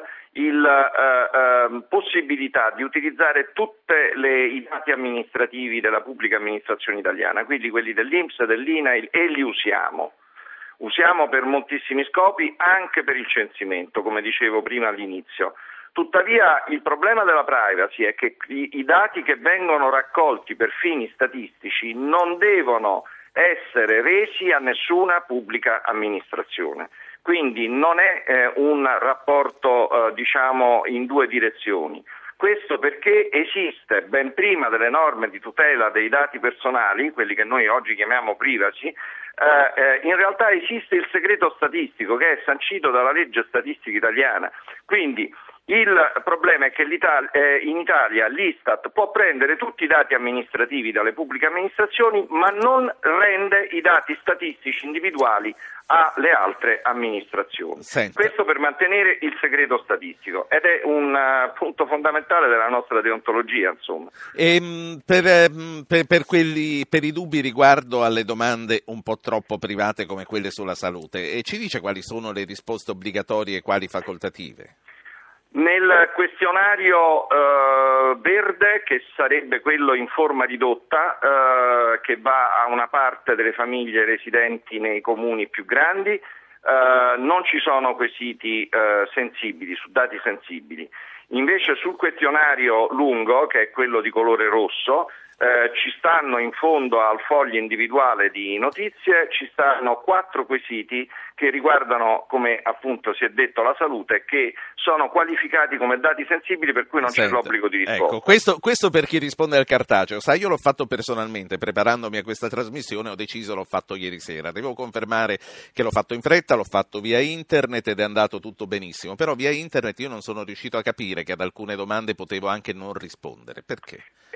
possibilità di utilizzare tutti i dati amministrativi della pubblica amministrazione italiana, quindi quelli dell'INPS, dell'INAIL, e li usiamo per moltissimi scopi, anche per il censimento, come dicevo prima all'inizio. Tuttavia il problema della privacy è che i dati che vengono raccolti per fini statistici non devono essere resi a nessuna pubblica amministrazione. Quindi non è un rapporto in due direzioni. Questo perché esiste, ben prima delle norme di tutela dei dati personali, quelli che noi oggi chiamiamo privacy, in realtà esiste il segreto statistico, che è sancito dalla legge statistica italiana. Quindi il problema è che in Italia l'Istat può prendere tutti i dati amministrativi dalle pubbliche amministrazioni, ma non rende i dati statistici individuali alle altre amministrazioni. Senta. Questo per mantenere il segreto statistico, ed è un punto fondamentale della nostra deontologia, insomma. Per i dubbi riguardo alle domande un po' troppo private come quelle sulla salute, ci dice quali sono le risposte obbligatorie e quali facoltative? Nel questionario verde, che sarebbe quello in forma ridotta, che va a una parte delle famiglie residenti nei comuni più grandi, non ci sono quesiti sensibili, su dati sensibili. Invece sul questionario lungo, che è quello di colore rosso, ci stanno in fondo al foglio individuale di notizie, ci stanno 4 quesiti che riguardano, come appunto si è detto, la salute, che sono qualificati come dati sensibili, per cui non c'è l'obbligo di risposta. Ecco, questo per chi risponde al cartaceo. Sai, io l'ho fatto personalmente, preparandomi a questa trasmissione, l'ho fatto ieri sera. Devo confermare che l'ho fatto in fretta, l'ho fatto via internet ed è andato tutto benissimo, però via internet io non sono riuscito a capire che ad alcune domande potevo anche non rispondere. Perché?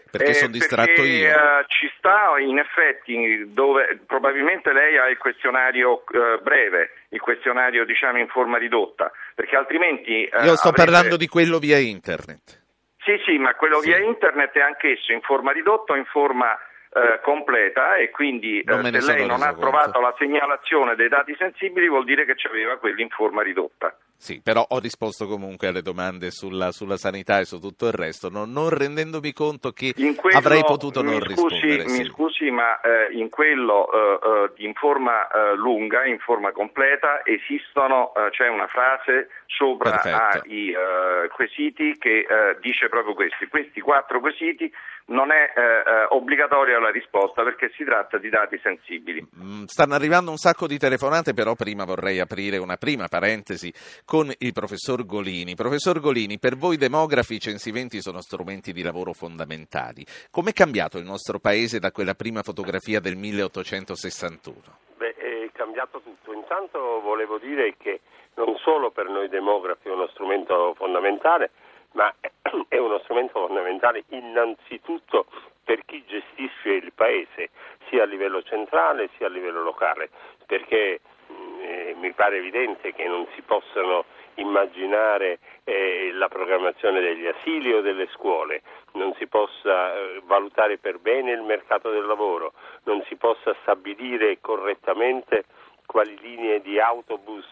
Perché sono distratto io. Ci sta in effetti dove probabilmente lei ha il questionario breve, il questionario diciamo in forma ridotta, perché altrimenti... Io sto parlando di quello via internet. Sì, ma quello via internet è anch'esso in forma ridotta o in forma completa, e quindi se lei non ha trovato la segnalazione dei dati sensibili vuol dire che c'aveva quelli in forma ridotta. Sì, però ho risposto comunque alle domande sulla sanità e su tutto il resto, non rendendomi conto che avrei potuto non rispondere. Mi scusi, ma in quello in forma lunga, in forma completa, c'è una frase sopra ai quesiti che dice proprio questi 4 quesiti. Non è obbligatoria la risposta perché si tratta di dati sensibili. Stanno arrivando un sacco di telefonate, però prima vorrei aprire una prima parentesi con il professor Golini. Professor Golini, per voi demografi i censimenti sono strumenti di lavoro fondamentali. Com'è cambiato il nostro paese da quella prima fotografia del 1861? È cambiato tutto. Intanto volevo dire che non solo per noi demografi è uno strumento fondamentale, ma è uno strumento fondamentale innanzitutto per chi gestisce il paese, sia a livello centrale sia a livello locale, perché mi pare evidente che non si possano immaginare la programmazione degli asili o delle scuole, non si possa valutare per bene il mercato del lavoro, non si possa stabilire correttamente quali linee di autobus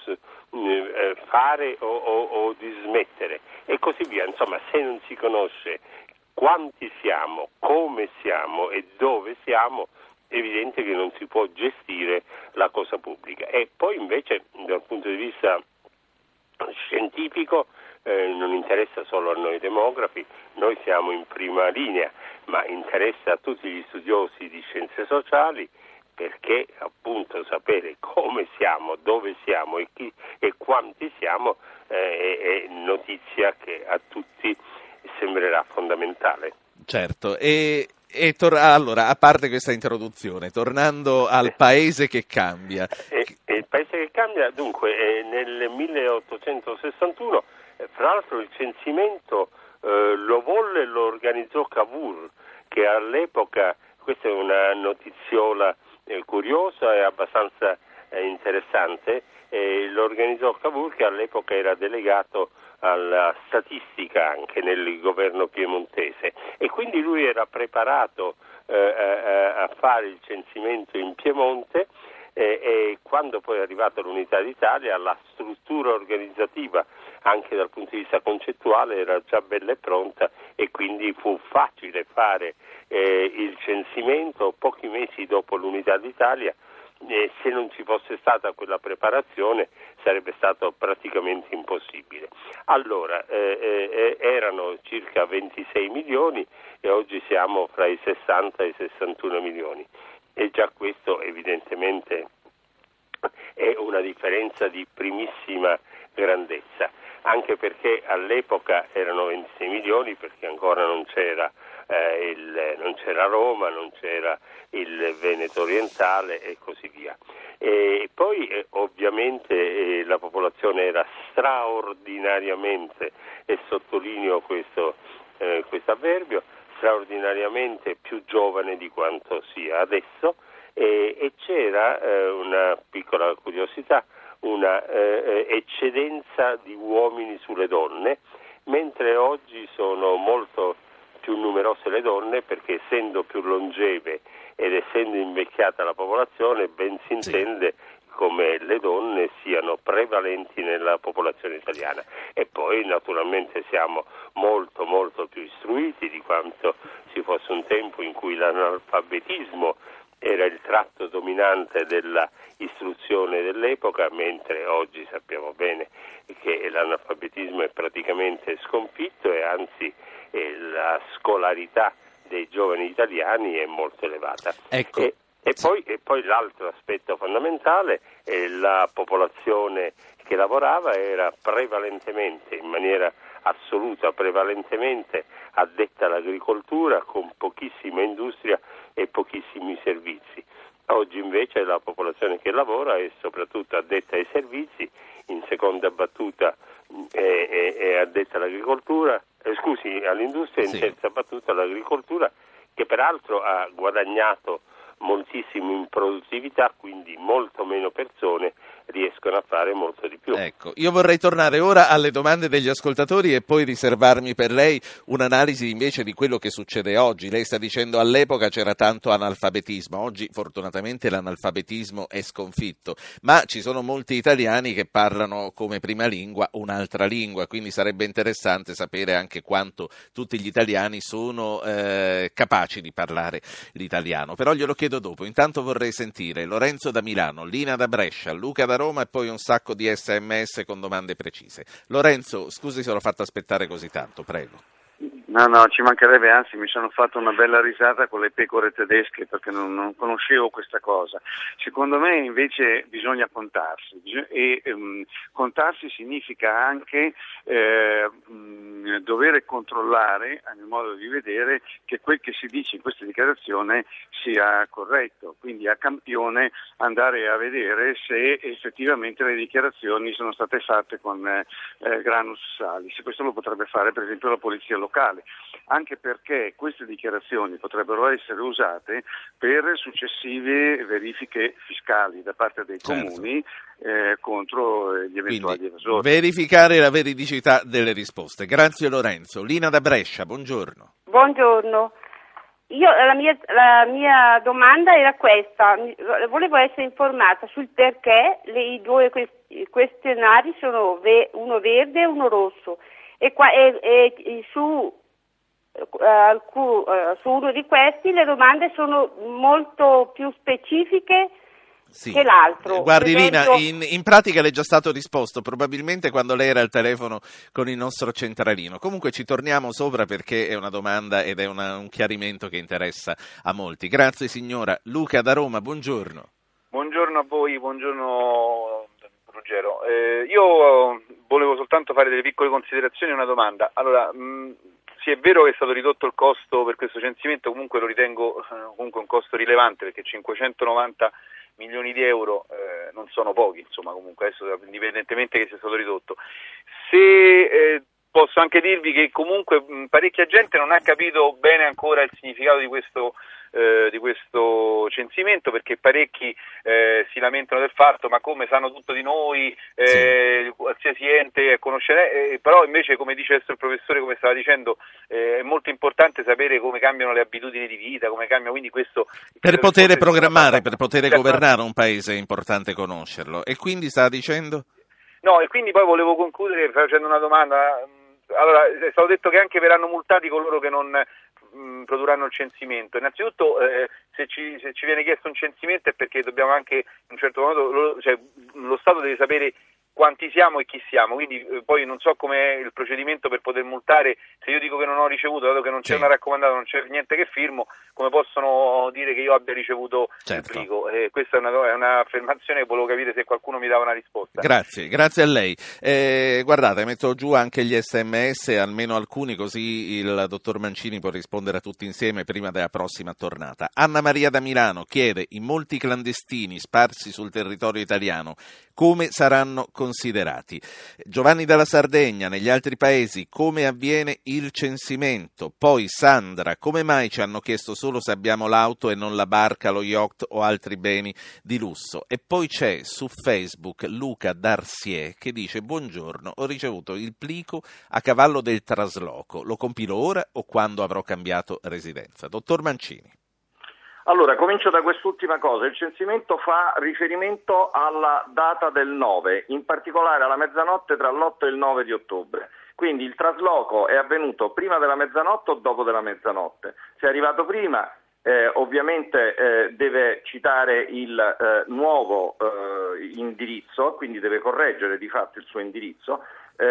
fare o dismettere e così via. Insomma, se non si conosce quanti siamo, come siamo e dove siamo, è evidente che non si può gestire la cosa pubblica. E poi invece dal punto di vista scientifico non interessa solo a noi demografi, noi siamo in prima linea, ma interessa a tutti gli studiosi di scienze sociali, perché appunto sapere come siamo, dove siamo e quanti siamo è notizia che a tutti sembrerà fondamentale. Certo, allora, a parte questa introduzione, tornando al paese che cambia. Il paese che cambia, dunque, nel 1861, fra l'altro il censimento lo volle e lo organizzò Cavour, che all'epoca, questa è una notiziola curiosa e abbastanza interessante, lo organizzò Cavour, che all'epoca era delegato alla statistica anche nel governo piemontese, e quindi lui era preparato a fare il censimento in Piemonte, e quando poi è arrivata l'Unità d'Italia la struttura organizzativa anche dal punto di vista concettuale era già bella e pronta, e quindi fu facile fare il censimento pochi mesi dopo l'Unità d'Italia. Se non ci fosse stata quella preparazione sarebbe stato praticamente impossibile. Allora, erano circa 26 milioni e oggi siamo fra i 60 e i 61 milioni, e già questo evidentemente è una differenza di primissima grandezza, anche perché all'epoca erano 26 milioni perché ancora non c'era Roma, non c'era il Veneto orientale e così via. E poi ovviamente la popolazione era straordinariamente, e sottolineo questo avverbio, straordinariamente più giovane di quanto sia adesso, e c'era una piccola curiosità, una eccedenza di uomini sulle donne, mentre oggi sono molto più numerose le donne, perché essendo più longeve ed essendo invecchiata la popolazione, ben si intende come le donne siano prevalenti nella popolazione italiana. E poi naturalmente siamo molto molto più istruiti di quanto ci fosse un tempo in cui l'analfabetismo era il tratto dominante della istruzione dell'epoca, mentre oggi sappiamo bene che l'analfabetismo è praticamente sconfitto e anzi la scolarità dei giovani italiani è molto elevata. Ecco. E poi l'altro aspetto fondamentale è la popolazione che lavorava era prevalentemente, in maniera assoluta, prevalentemente addetta all'agricoltura, con pochissima industria e pochissimi servizi. Oggi invece la popolazione che lavora è soprattutto addetta ai servizi, in seconda battuta è addetta all'agricoltura, all'industria, in terza battuta all'agricoltura, che peraltro ha guadagnato moltissimo in produttività, quindi molto meno persone riescono a fare molto di più. Ecco, io vorrei tornare ora alle domande degli ascoltatori e poi riservarmi per lei un'analisi invece di quello che succede oggi. Lei sta dicendo all'epoca c'era tanto analfabetismo, oggi fortunatamente l'analfabetismo è sconfitto, ma ci sono molti italiani che parlano come prima lingua un'altra lingua, quindi sarebbe interessante sapere anche quanto tutti gli italiani sono capaci di parlare l'italiano. Però glielo chiedo dopo, intanto vorrei sentire Lorenzo da Milano, Lina da Brescia, Luca da Roma e poi un sacco di SMS con domande precise. Lorenzo, scusi se l'ho fatto aspettare così tanto, prego. No, ci mancherebbe, anzi mi sono fatto una bella risata con le pecore tedesche perché non conoscevo questa cosa. Secondo me invece bisogna contarsi e contarsi significa anche dover controllare, a mio modo di vedere, che quel che si dice in questa dichiarazione sia corretto, quindi a campione andare a vedere se effettivamente le dichiarazioni sono state fatte con granus salis. Questo lo potrebbe fare per esempio la polizia locale, anche perché queste dichiarazioni potrebbero essere usate per successive verifiche fiscali da parte dei comuni contro gli eventuali evasori. Verificare la veridicità delle risposte. Grazie Lorenzo. Lina da Brescia, buongiorno. Buongiorno. La mia domanda era questa, volevo essere informata sul perché i due questionari sono uno verde e uno rosso e su uno di questi le domande sono molto più specifiche che l'altro. Guardi Lina, in pratica le è già stato risposto, probabilmente quando lei era al telefono con il nostro centralino. Comunque ci torniamo sopra perché è una domanda ed è un chiarimento che interessa a molti. Grazie signora. Luca da Roma, buongiorno. Buongiorno a voi, buongiorno Ruggero. Io volevo soltanto fare delle piccole considerazioni e una domanda. Allora, sì, è vero che è stato ridotto il costo per questo censimento, comunque lo ritengo comunque un costo rilevante perché 590 milioni di euro non sono pochi, insomma, comunque adesso indipendentemente che sia stato ridotto. Se posso anche dirvi che comunque parecchia gente non ha capito bene ancora il significato di questo censimento, perché parecchi si lamentano del fatto ma come sanno tutto di noi, qualsiasi ente conoscere, però invece come dice adesso il professore, come stava dicendo, è molto importante sapere come cambiano le abitudini di vita, come cambia, quindi questo per poter programmare, per poter governare un paese è importante conoscerlo. E quindi stava dicendo? No, e quindi poi volevo concludere facendo una domanda. Allora, è stato detto che anche verranno multati coloro che non produrranno il censimento. Innanzitutto se ci viene chiesto un censimento è perché dobbiamo anche in un certo modo, lo Stato deve sapere quanti siamo e chi siamo, quindi poi non so com'è il procedimento per poter multare. Se io dico che non ho ricevuto, dato che non c'è una raccomandata, non c'è niente che firmo, come possono dire che io abbia ricevuto il plico? Questa è un'affermazione che volevo capire se qualcuno mi dava una risposta. Grazie a lei. Guardate, metto giù anche gli SMS, almeno alcuni, così il dottor Mancini può rispondere a tutti insieme prima della prossima tornata. Anna Maria da Milano chiede: in molti clandestini sparsi sul territorio italiano come saranno considerati? Giovanni dalla Sardegna: negli altri paesi come avviene il censimento? Poi Sandra: come mai ci hanno chiesto solo se abbiamo l'auto e non la barca, lo yacht o altri beni di lusso? E poi c'è su Facebook Luca Darcier che dice: buongiorno, ho ricevuto il plico a cavallo del trasloco, lo compilo ora o quando avrò cambiato residenza? Dottor Mancini. Allora, comincio da quest'ultima cosa. Il censimento fa riferimento alla data del 9, in particolare alla mezzanotte tra l'8 e il 9 di ottobre. Quindi il trasloco è avvenuto prima della mezzanotte o dopo della mezzanotte. Se è arrivato prima, ovviamente deve citare il nuovo indirizzo, quindi deve correggere di fatto il suo indirizzo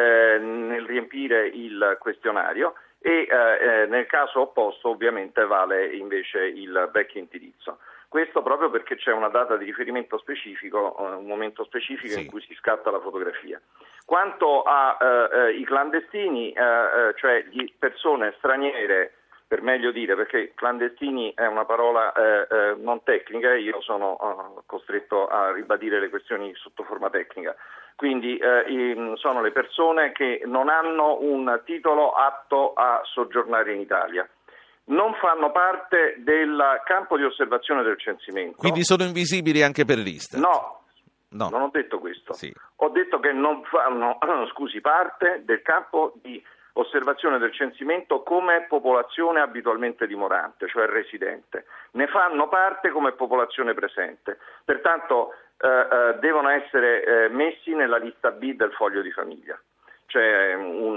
nel riempire il questionario. E nel caso opposto ovviamente vale invece il vecchio indirizzo. Questo proprio perché c'è una data di riferimento specifico, un momento specifico in cui si scatta la fotografia. Quanto ai clandestini, cioè persone straniere per meglio dire, perché clandestini è una parola non tecnica e io sono costretto a ribadire le questioni sotto forma tecnica. Quindi sono le persone che non hanno un titolo atto a soggiornare in Italia. Non fanno parte del campo di osservazione del censimento. Quindi sono invisibili anche per l'Istat? No, non ho detto questo. Sì. Ho detto che non fanno parte del campo di osservazione del censimento come popolazione abitualmente dimorante, cioè residente. Ne fanno parte come popolazione presente. Pertanto devono essere messi nella lista B del foglio di famiglia. Cioè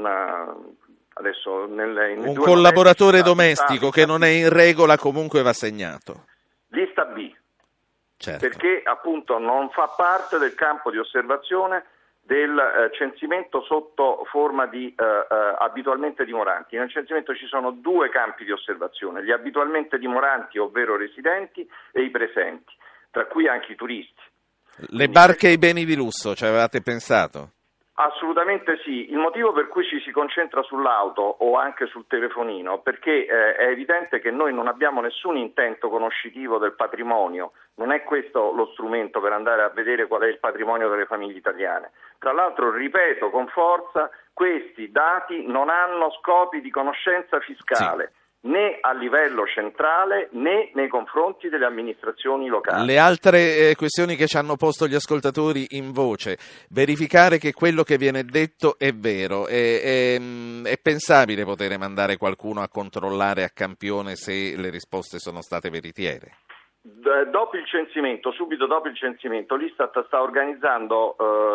adesso un collaboratore domestico che non è in regola comunque va segnato. Lista B. Certo. Perché appunto non fa parte del campo di osservazione del censimento sotto forma di abitualmente dimoranti. Nel censimento ci sono due campi di osservazione, gli abitualmente dimoranti, ovvero residenti, e i presenti, tra cui anche i turisti. Le barche e i beni di lusso, ci avevate pensato? Assolutamente sì, il motivo per cui ci si concentra sull'auto o anche sul telefonino, perché è evidente che noi non abbiamo nessun intento conoscitivo del patrimonio, non è questo lo strumento per andare a vedere qual è il patrimonio delle famiglie italiane. Tra l'altro, ripeto con forza, questi dati non hanno scopi di conoscenza fiscale. Sì. Né a livello centrale né nei confronti delle amministrazioni locali. Le altre questioni che ci hanno posto gli ascoltatori in voce: verificare che quello che viene detto è vero, è pensabile poter mandare qualcuno a controllare a campione se le risposte sono state veritiere? Dopo il censimento, subito dopo il censimento, l'Istat sta organizzando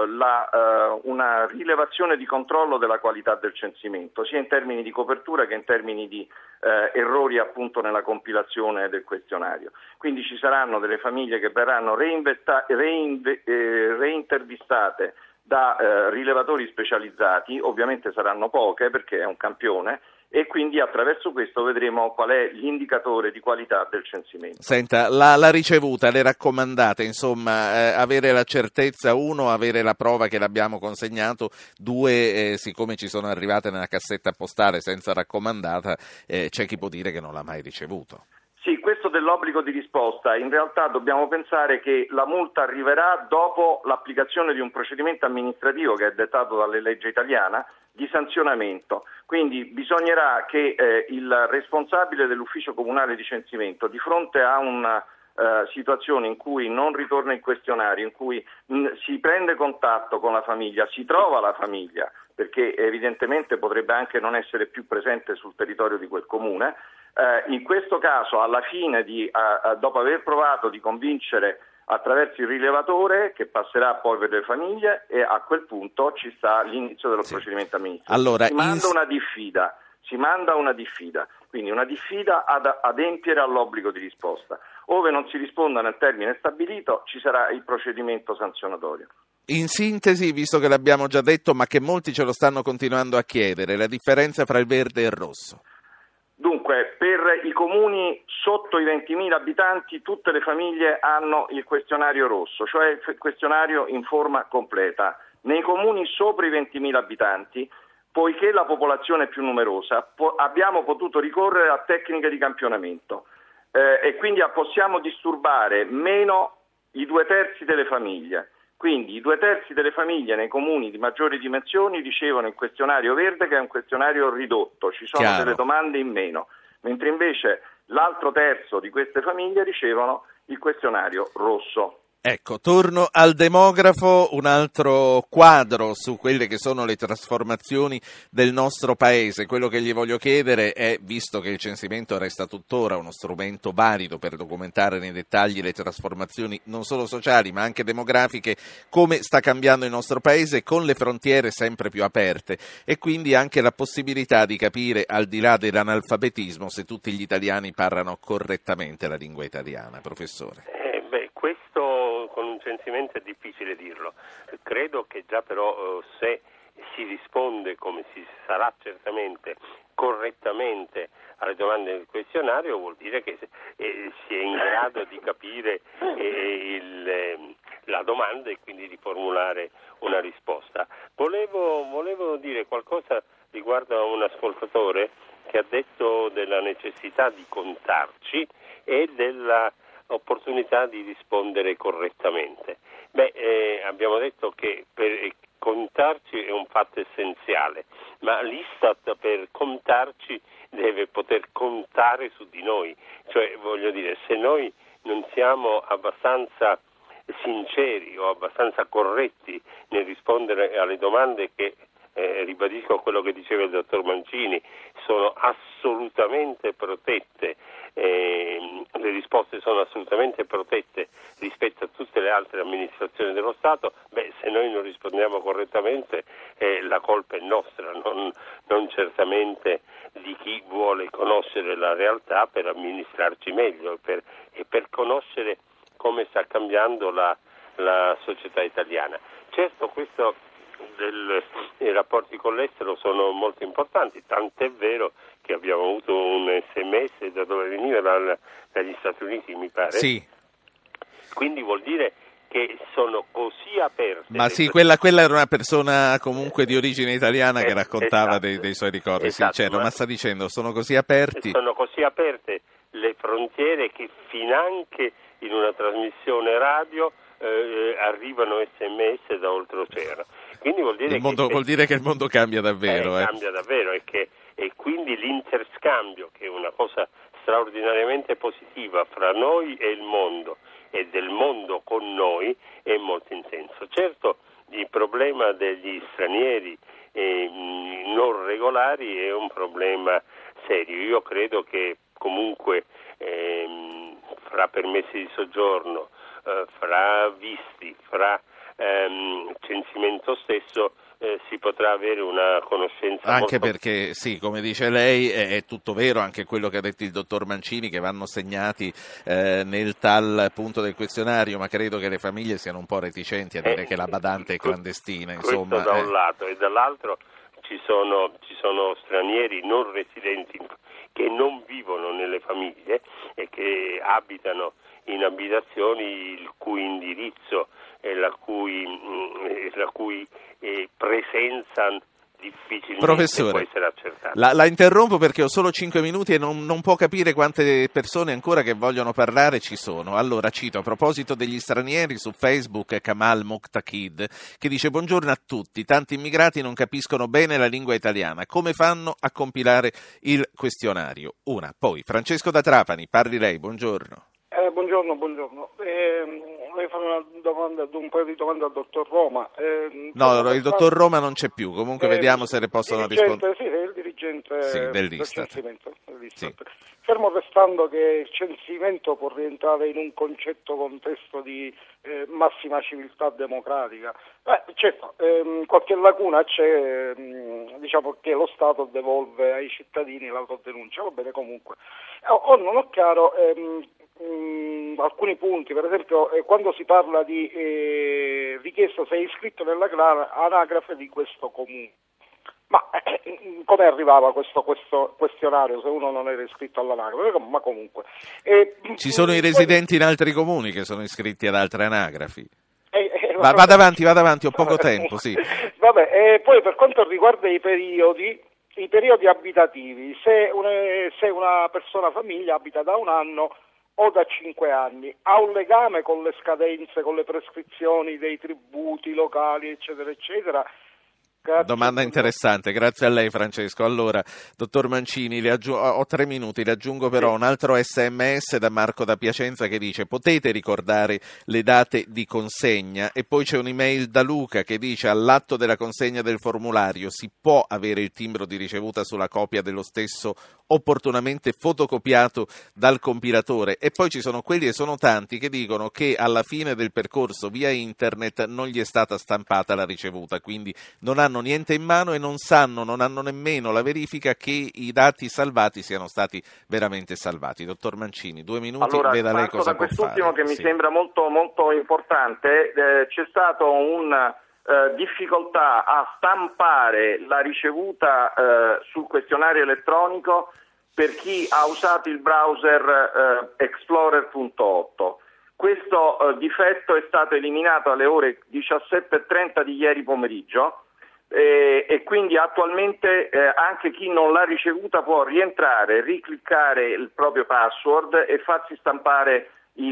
una rilevazione di controllo della qualità del censimento, sia in termini di copertura che in termini di errori appunto nella compilazione del questionario. Quindi ci saranno delle famiglie che verranno reintervistate da rilevatori specializzati, ovviamente saranno poche perché è un campione, e quindi attraverso questo vedremo qual è l'indicatore di qualità del censimento. Senta, la ricevuta, le raccomandate, insomma, avere la certezza, uno, avere la prova che l'abbiamo consegnato, due, siccome ci sono arrivate nella cassetta postale senza raccomandata, c'è chi può dire che non l'ha mai ricevuto. Sì, questo dell'obbligo di risposta, in realtà dobbiamo pensare che la multa arriverà dopo l'applicazione di un procedimento amministrativo che è dettato dalle leggi italiana di sanzionamento. Quindi bisognerà che il responsabile dell'ufficio comunale di censimento, di fronte a una situazione in cui non ritorna il questionario, in cui si prende contatto con la famiglia, si trova la famiglia, perché evidentemente potrebbe anche non essere più presente sul territorio di quel comune, in questo caso alla fine dopo aver provato di convincere attraverso il rilevatore, che passerà poi per le famiglie, e a quel punto ci sta l'inizio dello procedimento amministrativo. Allora, si manda una diffida, quindi una diffida ad adempiere all'obbligo di risposta. Ove non si risponda nel termine stabilito, ci sarà il procedimento sanzionatorio. In sintesi, visto che l'abbiamo già detto, ma che molti ce lo stanno continuando a chiedere, la differenza fra il verde e il rosso. Dunque, per i comuni sotto i 20.000 abitanti tutte le famiglie hanno il questionario rosso, cioè il questionario in forma completa. Nei comuni sopra i 20.000 abitanti, poiché la popolazione è più numerosa, abbiamo potuto ricorrere a tecniche di campionamento e quindi possiamo disturbare meno i 2/3 delle famiglie. Quindi i 2/3 delle famiglie nei comuni di maggiori dimensioni ricevono il questionario verde, che è un questionario ridotto, ci sono delle domande in meno, mentre invece l'altro terzo di queste famiglie ricevono il questionario rosso. Ecco, torno al demografo, un altro quadro su quelle che sono le trasformazioni del nostro paese. Quello che gli voglio chiedere è, visto che il censimento resta tuttora uno strumento valido per documentare nei dettagli le trasformazioni non solo sociali ma anche demografiche, come sta cambiando il nostro paese con le frontiere sempre più aperte e quindi anche la possibilità di capire, al di là dell'analfabetismo, se tutti gli italiani parlano correttamente la lingua italiana. Professore. Questo con un censimento è difficile dirlo. Credo che già però se si risponde, come si sarà certamente, correttamente alle domande del questionario, vuol dire che si è in grado di capire la domanda e quindi di formulare una risposta. Volevo dire qualcosa riguardo a un ascoltatore che che ha detto della necessità di contarci e della opportunità di rispondere correttamente. Abbiamo detto che per contarci è un fatto essenziale, ma l'Istat per contarci deve poter contare su di noi, cioè voglio dire, se noi non siamo abbastanza sinceri o abbastanza corretti nel rispondere alle domande che ribadisco quello che diceva il dottor Mancini, sono assolutamente protette, le risposte sono assolutamente protette rispetto a tutte le altre amministrazioni dello Stato, se noi non rispondiamo correttamente la colpa è nostra, non certamente di chi vuole conoscere la realtà per amministrarci meglio e per conoscere come sta cambiando la società italiana. Certo, questo i rapporti con l'estero sono molto importanti, tant'è vero che abbiamo avuto un SMS da dove veniva, dagli Stati Uniti, mi pare. Sì. Quindi vuol dire che sono così aperte. Ma sì, quella era una persona comunque di origine italiana che raccontava dei suoi ricordi, sincero, ma sta dicendo sono così aperti. Sono così aperte le frontiere che finanche in una trasmissione radio arrivano SMS da oltreoceano. Quindi vuol dire che il mondo cambia davvero. Cambia davvero e quindi l'interscambio, che è una cosa straordinariamente positiva fra noi e il mondo e del mondo con noi, è molto intenso. Certo, il problema degli stranieri non regolari è un problema serio. Io credo che comunque fra permessi di soggiorno, fra visti, fra censimento stesso si potrà avere una conoscenza anche perché sì, come dice lei è tutto vero anche quello che ha detto il dottor Mancini, che vanno segnati nel tal punto del questionario, ma credo che le famiglie siano un po' reticenti a dire che la badante è clandestina, insomma. Questo da un lato, e dall'altro ci sono stranieri non residenti che non vivono nelle famiglie e che abitano in abitazioni il cui indirizzo e la cui presenza difficilmente Professore, può essere accertata. La interrompo perché ho solo 5 minuti e non può capire quante persone ancora che vogliono parlare ci sono. Allora cito a proposito degli stranieri su Facebook Kamal Moktakid che dice: buongiorno a tutti, tanti immigrati non capiscono bene la lingua italiana, come fanno a compilare il questionario? Poi Francesco da Trapani, parli lei, buongiorno. Buongiorno. Vorrei fare un paio di domande al dottor Roma. No, il dottor Roma non c'è più, comunque vediamo se le possono rispondere. Sì, è il dirigente dell'Istat. Del censimento. Sì. Fermo restando che il censimento può rientrare in un contesto di massima civiltà democratica. Certo, qualche lacuna c'è, diciamo che lo Stato devolve ai cittadini l'autodenuncia, va bene comunque. Non ho chiaro alcuni punti, per esempio quando si parla di richiesta se è iscritto nell'anagrafe di questo comune. Ma come arrivava questo questionario se uno non era iscritto all'anagrafe? Ma comunque. Ci sono i residenti in altri comuni che sono iscritti ad altre anagrafi. Vada avanti, ho poco tempo, sì. Vabbè, poi per quanto riguarda i periodi abitativi, se una persona famiglia abita da 1 anno o da 5 anni, ha un legame con le scadenze, con le prescrizioni dei tributi locali, eccetera, eccetera. Grazie. Domanda interessante, grazie a lei Francesco. Allora, dottor Mancini, ho 3 minuti, le aggiungo però un altro SMS da Marco da Piacenza che dice: potete ricordare le date di consegna? E poi c'è un'email da Luca che dice: all'atto della consegna del formulario si può avere il timbro di ricevuta sulla copia dello stesso opportunamente fotocopiato dal compilatore? E poi ci sono quelli, e sono tanti, che dicono che alla fine del percorso via internet non gli è stata stampata la ricevuta, quindi non hanno niente in mano e non hanno nemmeno la verifica che i dati salvati siano stati veramente salvati. Dottor Mancini, 2 minuti, allora, veda lei cosa può fare. Quest'ultimo che mi sembra molto, molto importante, c'è stato una difficoltà a stampare la ricevuta sul questionario elettronico per chi ha usato il browser Explorer.8. Questo difetto è stato eliminato alle ore 17:30 di ieri pomeriggio, e quindi attualmente anche chi non l'ha ricevuta può rientrare, ricliccare il proprio password e farsi stampare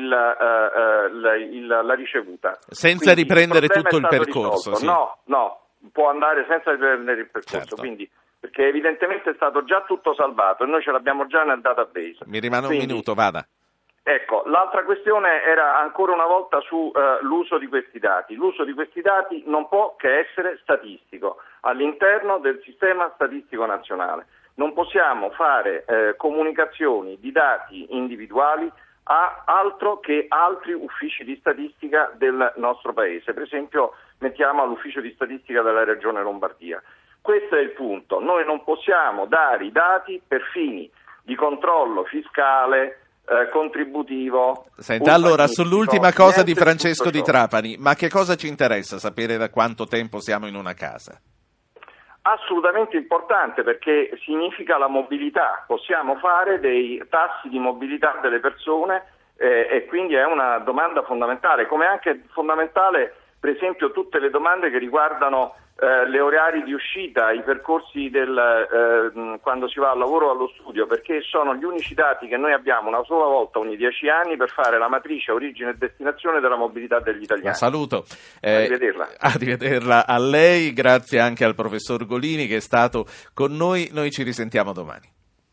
la ricevuta. Senza riprendere tutto il percorso. Sì. No, può andare senza riprendere il percorso, certo. Quindi, perché evidentemente è stato già tutto salvato e noi ce l'abbiamo già nel database. Mi rimane un minuto, vada. Ecco, l'altra questione era ancora una volta su l'uso di questi dati. L'uso di questi dati non può che essere statistico, all'interno del sistema statistico nazionale. Non possiamo fare comunicazioni di dati individuali a altro che altri uffici di statistica del nostro paese. Per esempio, mettiamo all'ufficio di statistica della Regione Lombardia. Questo è il punto. Noi non possiamo dare i dati per fini di controllo fiscale, contributivo. Senta, allora, sull'ultima cosa di Francesco Di Trapani, ma che cosa ci interessa sapere da quanto tempo siamo in una casa? Assolutamente importante, perché significa la mobilità, possiamo fare dei tassi di mobilità delle persone e quindi è una domanda fondamentale, come anche fondamentale per esempio tutte le domande che riguardano le orari di uscita, i percorsi quando si va al lavoro o allo studio, perché sono gli unici dati che noi abbiamo una sola volta ogni 10 anni per fare la matrice origine e destinazione della mobilità degli italiani. La saluto. Arrivederla. Arrivederla a lei, grazie anche al professor Golini che è stato con noi ci risentiamo domani.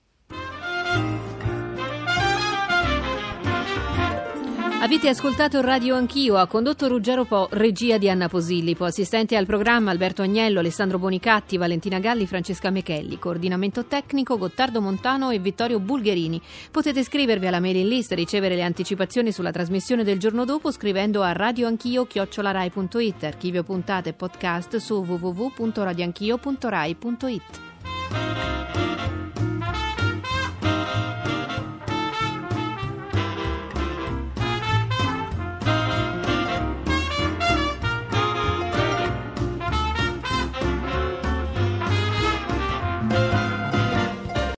Avete ascoltato Radio Anch'io, ha condotto Ruggero Po, regia di Anna Posillipo, assistente al programma Alberto Agnello, Alessandro Bonicatti, Valentina Galli, Francesca Mechelli, coordinamento tecnico Gottardo Montano e Vittorio Bulgherini. Potete iscrivervi alla mailing list e ricevere le anticipazioni sulla trasmissione del giorno dopo scrivendo a radioanchio@rai.it, archivio puntate e podcast su www.radioanchio.rai.it.